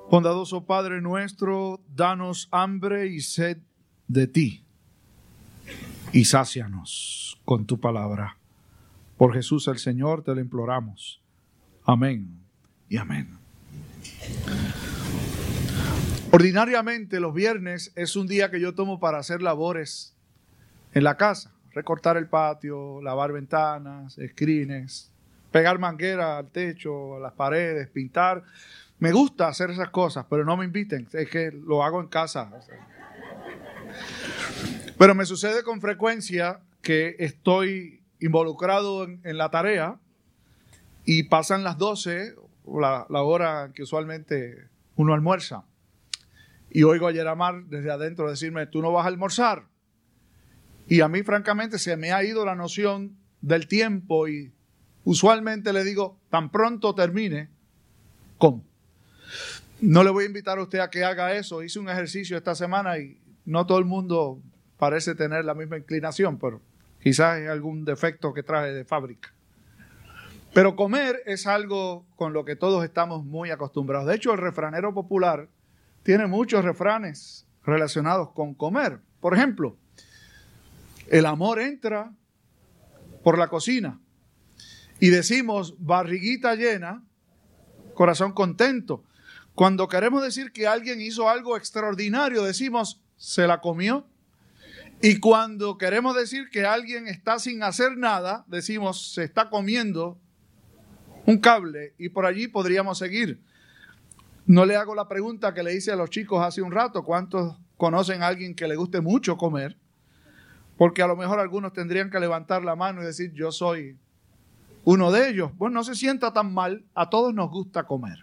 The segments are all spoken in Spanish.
Bondadoso Padre nuestro, danos hambre y sed de ti, y sácianos con tu palabra. Por Jesús el Señor te lo imploramos. Amén y amén. Ordinariamente los viernes es un día que yo tomo para hacer labores en la casa. Recortar el patio, lavar ventanas, screens, pegar manguera al techo, a las paredes, pintar. Me gusta hacer esas cosas, pero no me inviten, es que lo hago en casa. Pero me sucede con frecuencia que estoy involucrado en la tarea y pasan las 12, la hora que usualmente uno almuerza. Y oigo a Yeramar desde adentro decirme, tú no vas a almorzar. Y a mí, francamente, se me ha ido la noción del tiempo y usualmente le digo, tan pronto termine, ¿cómo? No le voy a invitar a usted a que haga eso. Hice un ejercicio esta semana y no todo el mundo parece tener la misma inclinación, pero quizás es algún defecto que traje de fábrica. Pero comer es algo con lo que todos estamos muy acostumbrados. De hecho, el refranero popular tiene muchos refranes relacionados con comer. Por ejemplo, el amor entra por la cocina y decimos barriguita llena, corazón contento. Cuando queremos decir que alguien hizo algo extraordinario, decimos se la comió. Y cuando queremos decir que alguien está sin hacer nada, decimos se está comiendo un cable, y por allí podríamos seguir. No le hago la pregunta que le hice a los chicos hace un rato, ¿cuántos conocen a alguien que le guste mucho comer? Porque a lo mejor algunos tendrían que levantar la mano y decir yo soy uno de ellos. Bueno, no se sienta tan mal, a todos nos gusta comer.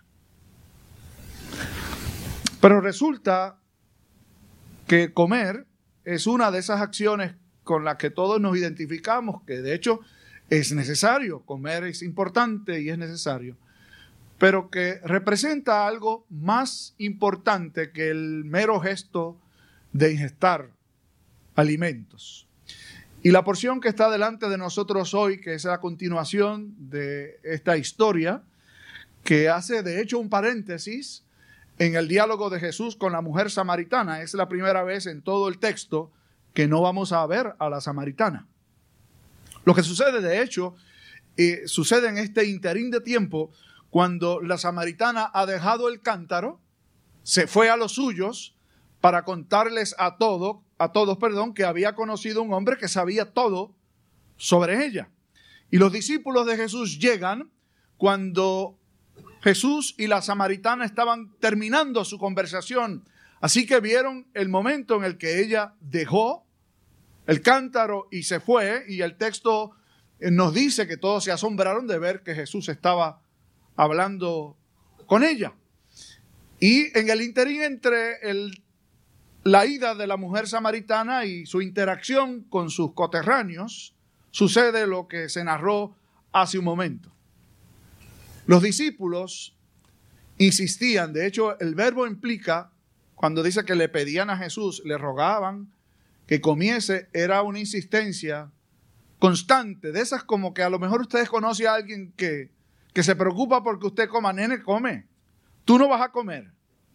Pero resulta que comer es una de esas acciones con las que todos nos identificamos, que de hecho es necesario, comer es importante y es necesario, pero que representa algo más importante que el mero gesto de ingestar alimentos. Y la porción que está delante de nosotros hoy, que es la continuación de esta historia, que hace de hecho un paréntesis en el diálogo de Jesús con la mujer samaritana. Es la primera vez en todo el texto que no vamos a ver a la samaritana. Lo que sucede, de hecho, sucede en este interín de tiempo, cuando la samaritana ha dejado el cántaro, se fue a los suyos para contarles a todos, que había conocido un hombre que sabía todo sobre ella. Y los discípulos de Jesús llegan cuando Jesús y la samaritana estaban terminando su conversación. Así que vieron el momento en el que ella dejó el cántaro y se fue. Y el texto nos dice que todos se asombraron de ver que Jesús estaba hablando con ella. Y en el interín entre la ida de la mujer samaritana y su interacción con sus coterráneos, sucede lo que se narró hace un momento. Los discípulos insistían, de hecho el verbo implica, cuando dice que le pedían a Jesús, le rogaban que comiese, era una insistencia constante, de esas como que a lo mejor ustedes conocen a alguien que se preocupa porque usted coma. Nene, come, tú no vas a comer,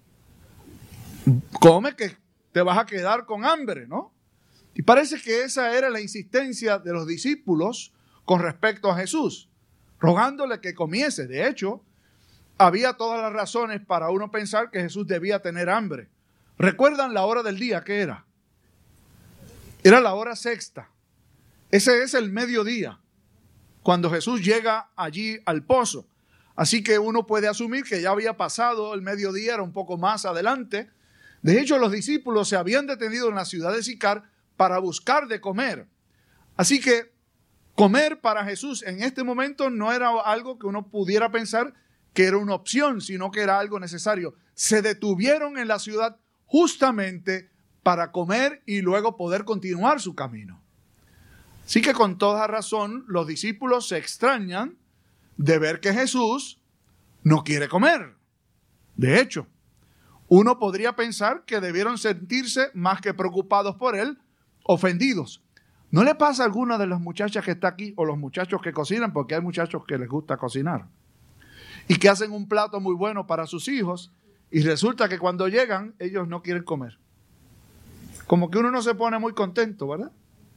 come que te vas a quedar con hambre, ¿no? Y parece que esa era la insistencia de los discípulos con respecto a Jesús, rogándole que comiese. De hecho, había todas las razones para uno pensar que Jesús debía tener hambre. ¿Recuerdan la hora del día qué era? Era la hora sexta. Ese es el mediodía, cuando Jesús llega allí al pozo. Así que uno puede asumir que ya había pasado el mediodía, era un poco más adelante. De hecho, los discípulos se habían detenido en la ciudad de Sicar para buscar de comer. Así que comer para Jesús en este momento no era algo que uno pudiera pensar que era una opción, sino que era algo necesario. Se detuvieron en la ciudad justamente para comer y luego poder continuar su camino. Así que con toda razón los discípulos se extrañan de ver que Jesús no quiere comer. De hecho, uno podría pensar que debieron sentirse más que preocupados por él, ofendidos. ¿No le pasa a alguna de las muchachas que está aquí o los muchachos que cocinan? Porque hay muchachos que les gusta cocinar y que hacen un plato muy bueno para sus hijos y resulta que cuando llegan ellos no quieren comer. Como que uno no se pone muy contento, ¿verdad?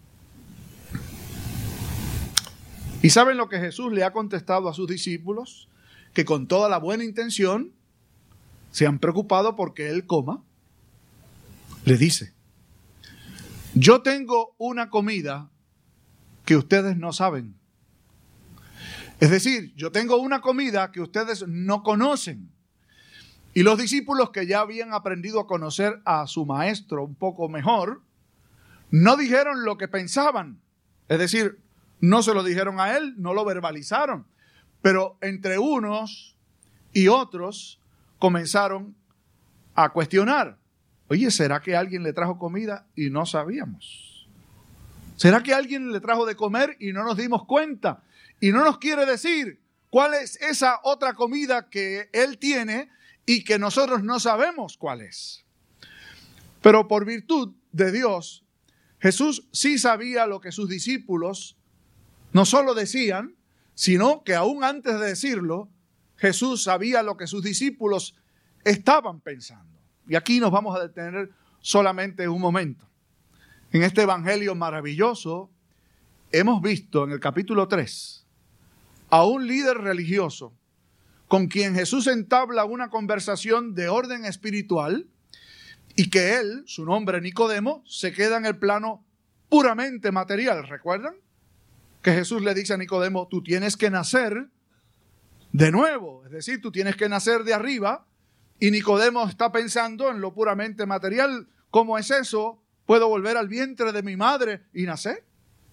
¿Y saben lo que Jesús le ha contestado a sus discípulos? Que con toda la buena intención se han preocupado porque Él coma. Le dice: yo tengo una comida que ustedes no saben. Es decir, yo tengo una comida que ustedes no conocen. Y los discípulos, que ya habían aprendido a conocer a su maestro un poco mejor, no dijeron lo que pensaban. Es decir, no se lo dijeron a él, no lo verbalizaron. Pero entre unos y otros comenzaron a cuestionar. Oye, ¿será que alguien le trajo comida y no sabíamos? ¿Será que alguien le trajo de comer y no nos dimos cuenta? Y no nos quiere decir cuál es esa otra comida que él tiene y que nosotros no sabemos cuál es. Pero por virtud de Dios, Jesús sí sabía lo que sus discípulos no solo decían, sino que aún antes de decirlo, Jesús sabía lo que sus discípulos estaban pensando. Y aquí nos vamos a detener solamente un momento. En este evangelio maravilloso hemos visto en el capítulo 3 a un líder religioso con quien Jesús entabla una conversación de orden espiritual y que él, su nombre Nicodemo, se queda en el plano puramente material. ¿Recuerdan? Que Jesús le dice a Nicodemo: tú tienes que nacer de nuevo, es decir, tú tienes que nacer de arriba. Y Nicodemo está pensando en lo puramente material. ¿Cómo es eso? ¿Puedo volver al vientre de mi madre y nacer?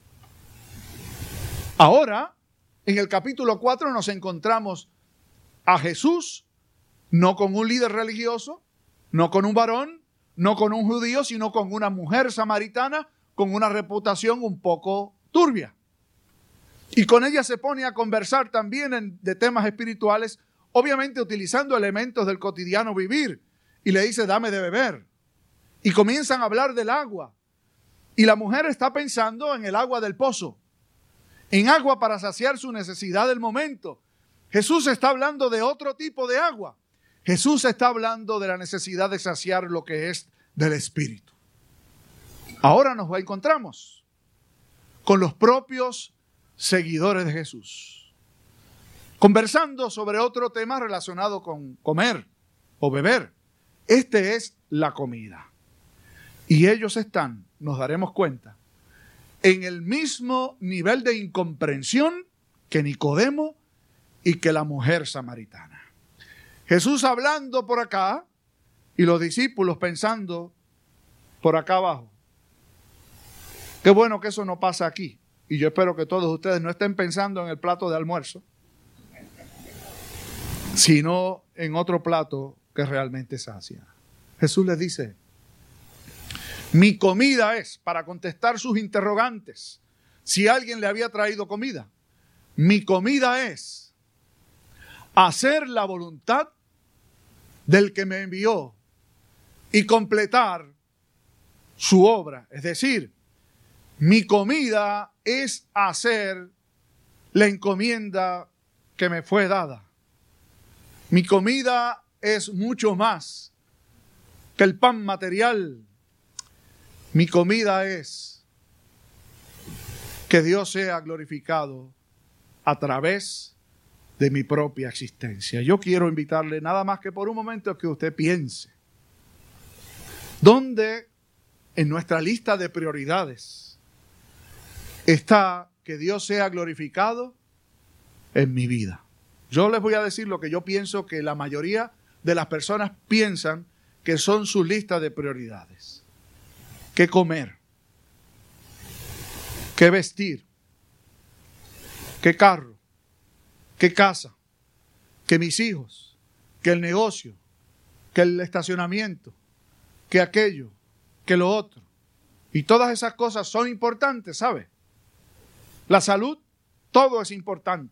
Ahora, en el capítulo 4 nos encontramos a Jesús, no con un líder religioso, no con un varón, no con un judío, sino con una mujer samaritana con una reputación un poco turbia. Y con ella se pone a conversar también de temas espirituales, obviamente utilizando elementos del cotidiano vivir. Y le dice: dame de beber. Y comienzan a hablar del agua. Y la mujer está pensando en el agua del pozo, en agua para saciar su necesidad del momento. Jesús está hablando de otro tipo de agua. Jesús está hablando de la necesidad de saciar lo que es del Espíritu. Ahora nos encontramos con los propios seguidores de Jesús, conversando sobre otro tema relacionado con comer o beber. Este es la comida. Y ellos están, nos daremos cuenta, en el mismo nivel de incomprensión que Nicodemo y que la mujer samaritana. Jesús hablando por acá y los discípulos pensando por acá abajo. Qué bueno que eso no pasa aquí. Y yo espero que todos ustedes no estén pensando en el plato de almuerzo, sino en otro plato que realmente sacia. Jesús les dice: mi comida es, para contestar sus interrogantes, si alguien le había traído comida, mi comida es hacer la voluntad del que me envió y completar su obra. Es decir, mi comida es hacer la encomienda que me fue dada. Mi comida es mucho más que el pan material. Mi comida es que Dios sea glorificado a través de mi propia existencia. Yo quiero invitarle nada más que por un momento que usted piense, ¿dónde en nuestra lista de prioridades está que Dios sea glorificado en mi vida? Yo les voy a decir lo que yo pienso que la mayoría de las personas piensan que son sus listas de prioridades. ¿Qué comer? ¿Qué vestir? ¿Qué carro? ¿Qué casa? ¿Qué mis hijos? ¿Qué el negocio? ¿Qué el estacionamiento? ¿Qué aquello? ¿Qué lo otro? Y todas esas cosas son importantes, ¿sabe? La salud, todo es importante.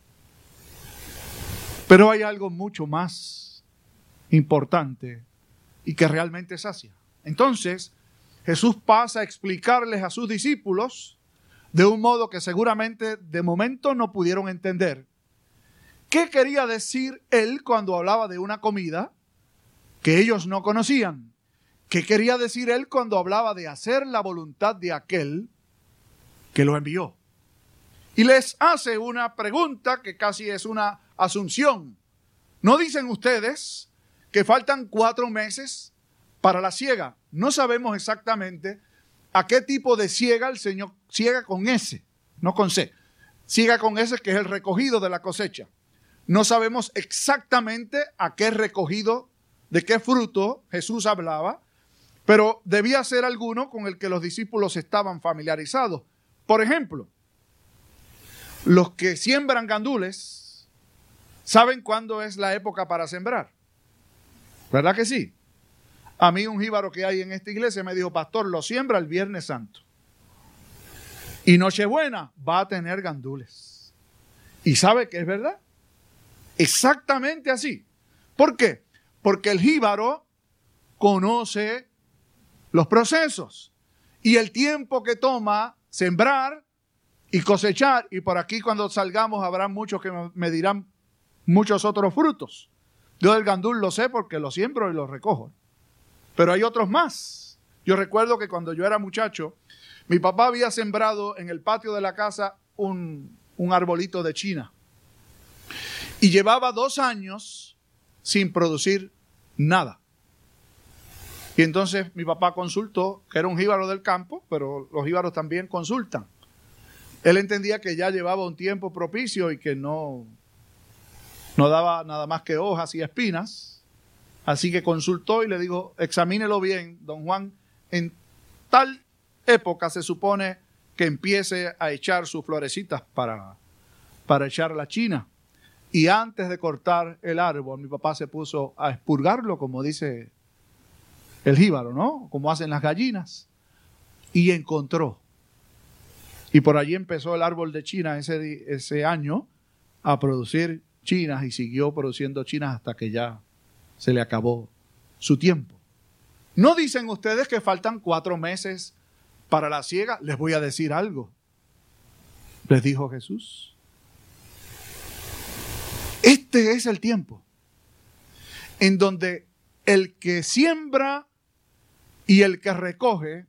Pero hay algo mucho más importante y que realmente sacia. Entonces, Jesús pasa a explicarles a sus discípulos de un modo que seguramente de momento no pudieron entender. ¿Qué quería decir él cuando hablaba de una comida que ellos no conocían. ¿Qué quería decir él cuando hablaba de hacer la voluntad de aquel que lo envió? Y les hace una pregunta que casi es una asunción. ¿No dicen ustedes que faltan 4 meses para la siega? No sabemos exactamente a qué tipo de siega el Señor siega con S, no con C. Siega con S, que es el recogido de la cosecha. No sabemos exactamente a qué recogido, de qué fruto Jesús hablaba, pero debía ser alguno con el que los discípulos estaban familiarizados. Por ejemplo, los que siembran gandules saben cuándo es la época para sembrar. ¿Verdad que sí? A mí un jíbaro que hay en esta iglesia me dijo: pastor, lo siembra el Viernes Santo. Y Nochebuena va a tener gandules. ¿Y sabe que es verdad? Exactamente así. ¿Por qué? Porque el jíbaro conoce los procesos y el tiempo que toma sembrar y cosechar. Y por aquí cuando salgamos habrá muchos que me dirán muchos otros frutos. Yo del gandul lo sé porque lo siembro y lo recojo. Pero hay otros más. Yo recuerdo que cuando yo era muchacho, mi papá había sembrado en el patio de la casa un arbolito de China. Y llevaba 2 años sin producir nada. Y entonces mi papá consultó, que era un jíbaro del campo, pero los jíbaros también consultan. Él entendía que ya llevaba un tiempo propicio y que no daba nada más que hojas y espinas. Así que consultó y le dijo: examínelo bien, don Juan, en tal época se supone que empiece a echar sus florecitas para echar la china. Y antes de cortar el árbol, mi papá se puso a expurgarlo, como dice el jíbaro, ¿no? Como hacen las gallinas. Y encontró. Y por allí empezó el árbol de china ese año a producir chinas y siguió produciendo chinas hasta que ya se le acabó su tiempo. ¿No dicen ustedes que faltan 4 meses para la siega? Les voy a decir algo. Les dijo Jesús. Este es el tiempo en donde el que siembra y el que recoge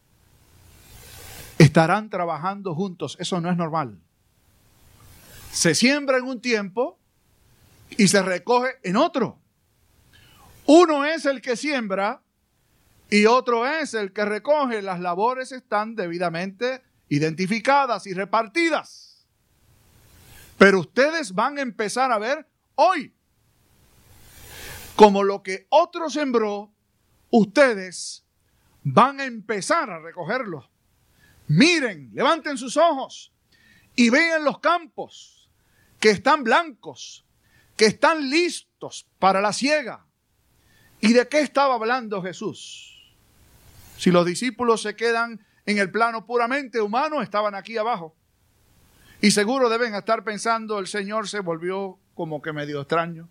estarán trabajando juntos. Eso no es normal. Se siembra en un tiempo y se recoge en otro. Uno es el que siembra y otro es el que recoge. Las labores están debidamente identificadas y repartidas. Pero ustedes van a empezar a ver hoy como lo que otro sembró, ustedes van a empezar a recogerlo. Miren, levanten sus ojos y vean los campos que están blancos, que están listos para la siega. ¿Y de qué estaba hablando Jesús? Si los discípulos se quedan en el plano puramente humano, estaban aquí abajo. Y seguro deben estar pensando: el Señor se volvió como que medio extraño,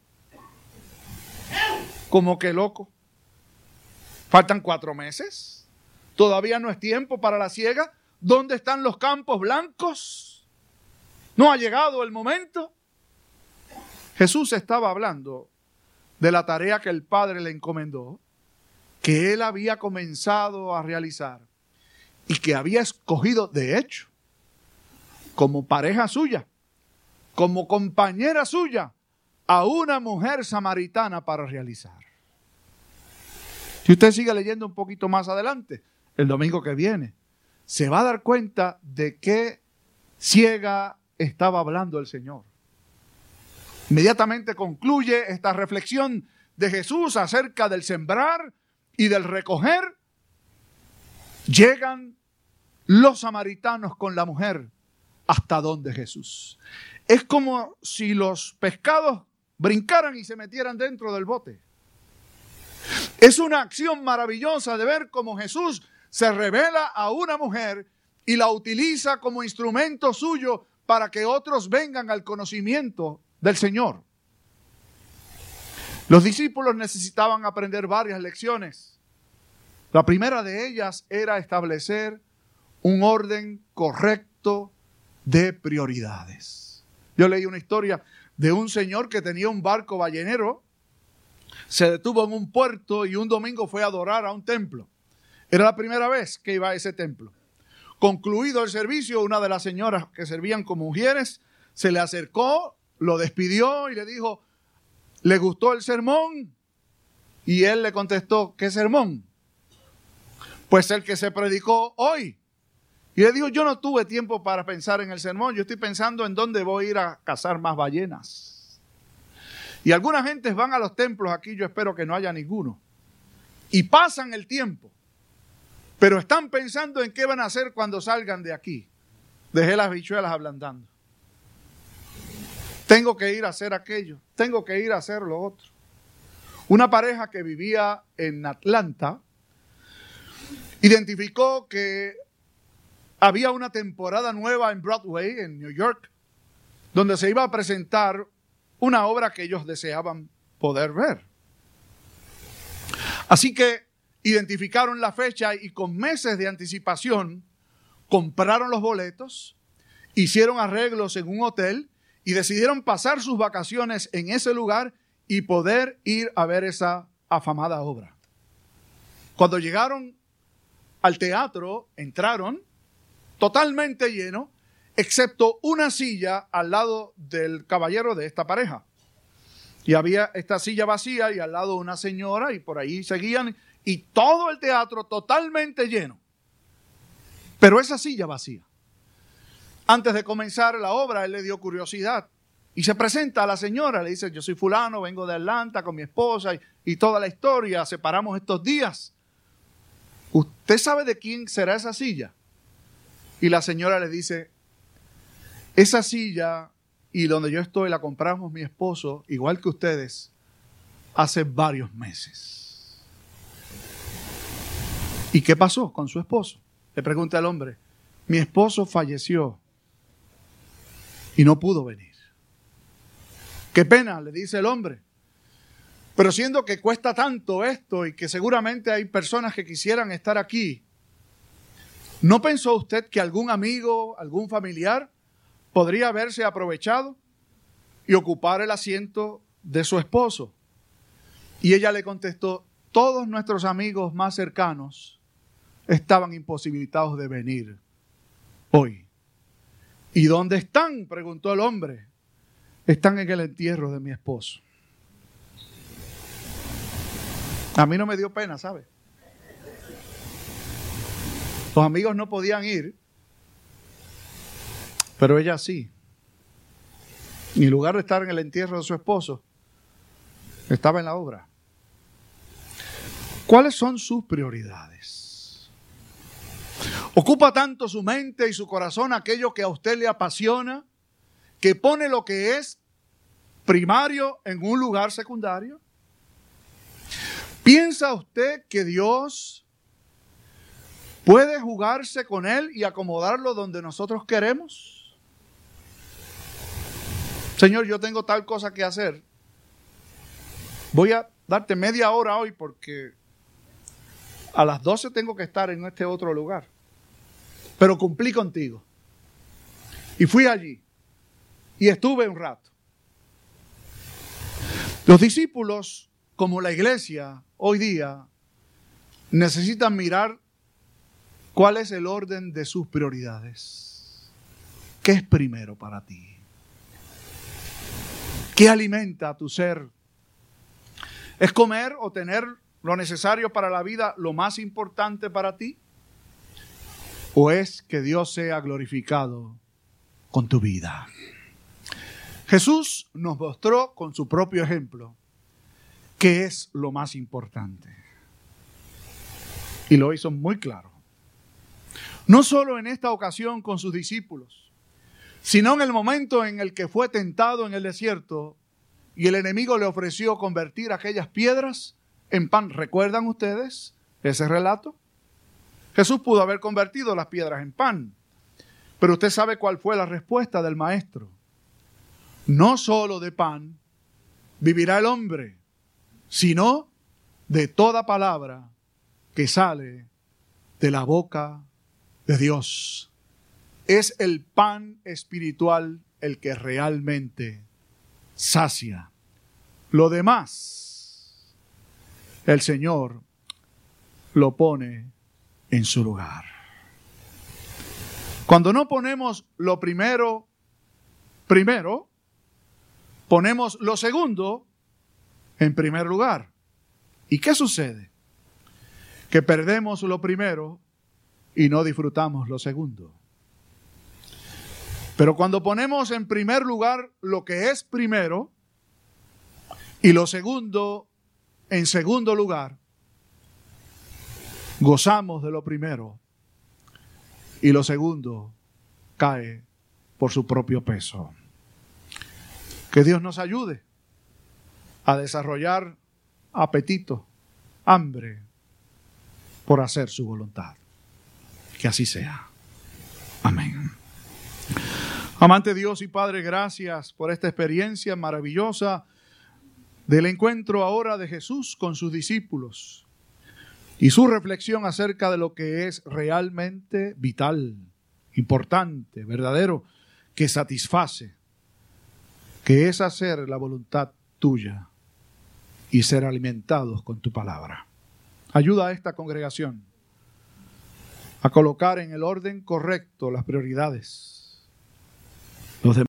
como que loco. Faltan 4 meses. Todavía no es tiempo para la siega. ¿Dónde están los campos blancos? ¿No ha llegado el momento? Jesús estaba hablando de la tarea que el Padre le encomendó, que él había comenzado a realizar y que había escogido, de hecho, como pareja suya, como compañera suya, a una mujer samaritana para realizar. Si usted sigue leyendo un poquito más adelante, el domingo que viene, se va a dar cuenta de qué siega estaba hablando el Señor. Inmediatamente concluye esta reflexión de Jesús acerca del sembrar y del recoger. Llegan los samaritanos con la mujer hasta donde Jesús. Es como si los pescados brincaran y se metieran dentro del bote. Es una acción maravillosa de ver cómo Jesús se revela a una mujer y la utiliza como instrumento suyo para que otros vengan al conocimiento del Señor. Los discípulos necesitaban aprender varias lecciones. La primera de ellas era establecer un orden correcto de prioridades. Yo leí una historia de un señor que tenía un barco ballenero se detuvo en un puerto y un domingo fue a adorar a un templo. Era la primera vez que iba a ese templo. Concluido el servicio, una de las señoras que servían como mujeres se le acercó, lo despidió y le dijo, ¿le gustó el sermón? Y él le contestó, ¿qué sermón? Pues el que se predicó hoy. Y le dijo, yo no tuve tiempo para pensar en el sermón, yo estoy pensando en dónde voy a ir a cazar más ballenas. Y algunas gentes van a los templos aquí, yo espero que no haya ninguno. Y pasan el tiempo, pero están pensando en qué van a hacer cuando salgan de aquí. Dejé las habichuelas ablandando. Tengo que ir a hacer aquello, tengo que ir a hacer lo otro. Una pareja que vivía en Atlanta identificó que había una temporada nueva en Broadway, en New York, donde se iba a presentar una obra que ellos deseaban poder ver. Así que identificaron la fecha y con meses de anticipación compraron los boletos, hicieron arreglos en un hotel y decidieron pasar sus vacaciones en ese lugar y poder ir a ver esa afamada obra. Cuando llegaron al teatro, entraron totalmente lleno, excepto una silla al lado del caballero de esta pareja. Y había esta silla vacía y al lado una señora y por ahí seguían y todo el teatro totalmente lleno. Pero esa silla vacía. Antes de comenzar la obra, él le dio curiosidad y se presenta a la señora, le dice, yo soy fulano, vengo de Atlanta con mi esposa y toda la historia, separamos estos días. ¿Usted sabe de quién será esa silla? Y la señora le dice, esa silla y donde yo estoy la compramos mi esposo, igual que ustedes, hace varios meses. ¿Y qué pasó con su esposo? Le pregunta el hombre. Mi esposo falleció y no pudo venir. Qué pena, le dice el hombre. Pero siendo que cuesta tanto esto y que seguramente hay personas que quisieran estar aquí, ¿no pensó usted que algún amigo, algún familiar podría haberse aprovechado y ocupar el asiento de su esposo? Y ella le contestó, todos nuestros amigos más cercanos estaban imposibilitados de venir hoy. ¿Y dónde están?, preguntó el hombre. Están en el entierro de mi esposo. A mí no me dio pena, ¿sabe? Los amigos no podían ir, pero ella sí. Y en lugar de estar en el entierro de su esposo, estaba en la obra. ¿Cuáles son sus prioridades? ¿Ocupa tanto su mente y su corazón aquello que a usted le apasiona, que pone lo que es primario en un lugar secundario? ¿Piensa usted que Dios puede jugarse con él y acomodarlo donde nosotros queremos? Señor, yo tengo tal cosa que hacer. Voy a darte media hora hoy porque a las 12 tengo que estar en este otro lugar. Pero cumplí contigo. Y fui allí. Y estuve un rato. Los discípulos, como la iglesia hoy día, necesitan mirar cuál es el orden de sus prioridades. ¿Qué es primero para ti? ¿Qué alimenta a tu ser? ¿Es comer o tener lo necesario para la vida lo más importante para ti? ¿O es que Dios sea glorificado con tu vida? Jesús nos mostró con su propio ejemplo qué es lo más importante. Y lo hizo muy claro. No solo en esta ocasión con sus discípulos, sino en el momento en el que fue tentado en el desierto y el enemigo le ofreció convertir aquellas piedras en pan. ¿Recuerdan ustedes ese relato? Jesús pudo haber convertido las piedras en pan, pero usted sabe cuál fue la respuesta del maestro. No solo de pan vivirá el hombre, sino de toda palabra que sale de la boca de Dios. Es el pan espiritual el que realmente sacia. Lo demás el Señor lo pone en su lugar. Cuando no ponemos lo primero, ponemos lo segundo en primer lugar. ¿Y qué sucede? Que perdemos lo primero y no disfrutamos lo segundo. Pero cuando ponemos en primer lugar lo que es primero y lo segundo en segundo lugar, gozamos de lo primero y lo segundo cae por su propio peso. Que Dios nos ayude a desarrollar apetito, hambre por hacer su voluntad. Que así sea. Amén. Amante Dios y Padre, gracias por esta experiencia maravillosa del encuentro ahora de Jesús con sus discípulos y su reflexión acerca de lo que es realmente vital, importante, verdadero, que satisface, que es hacer la voluntad tuya y ser alimentados con tu palabra. Ayuda a esta congregación a colocar en el orden correcto las prioridades. Los demás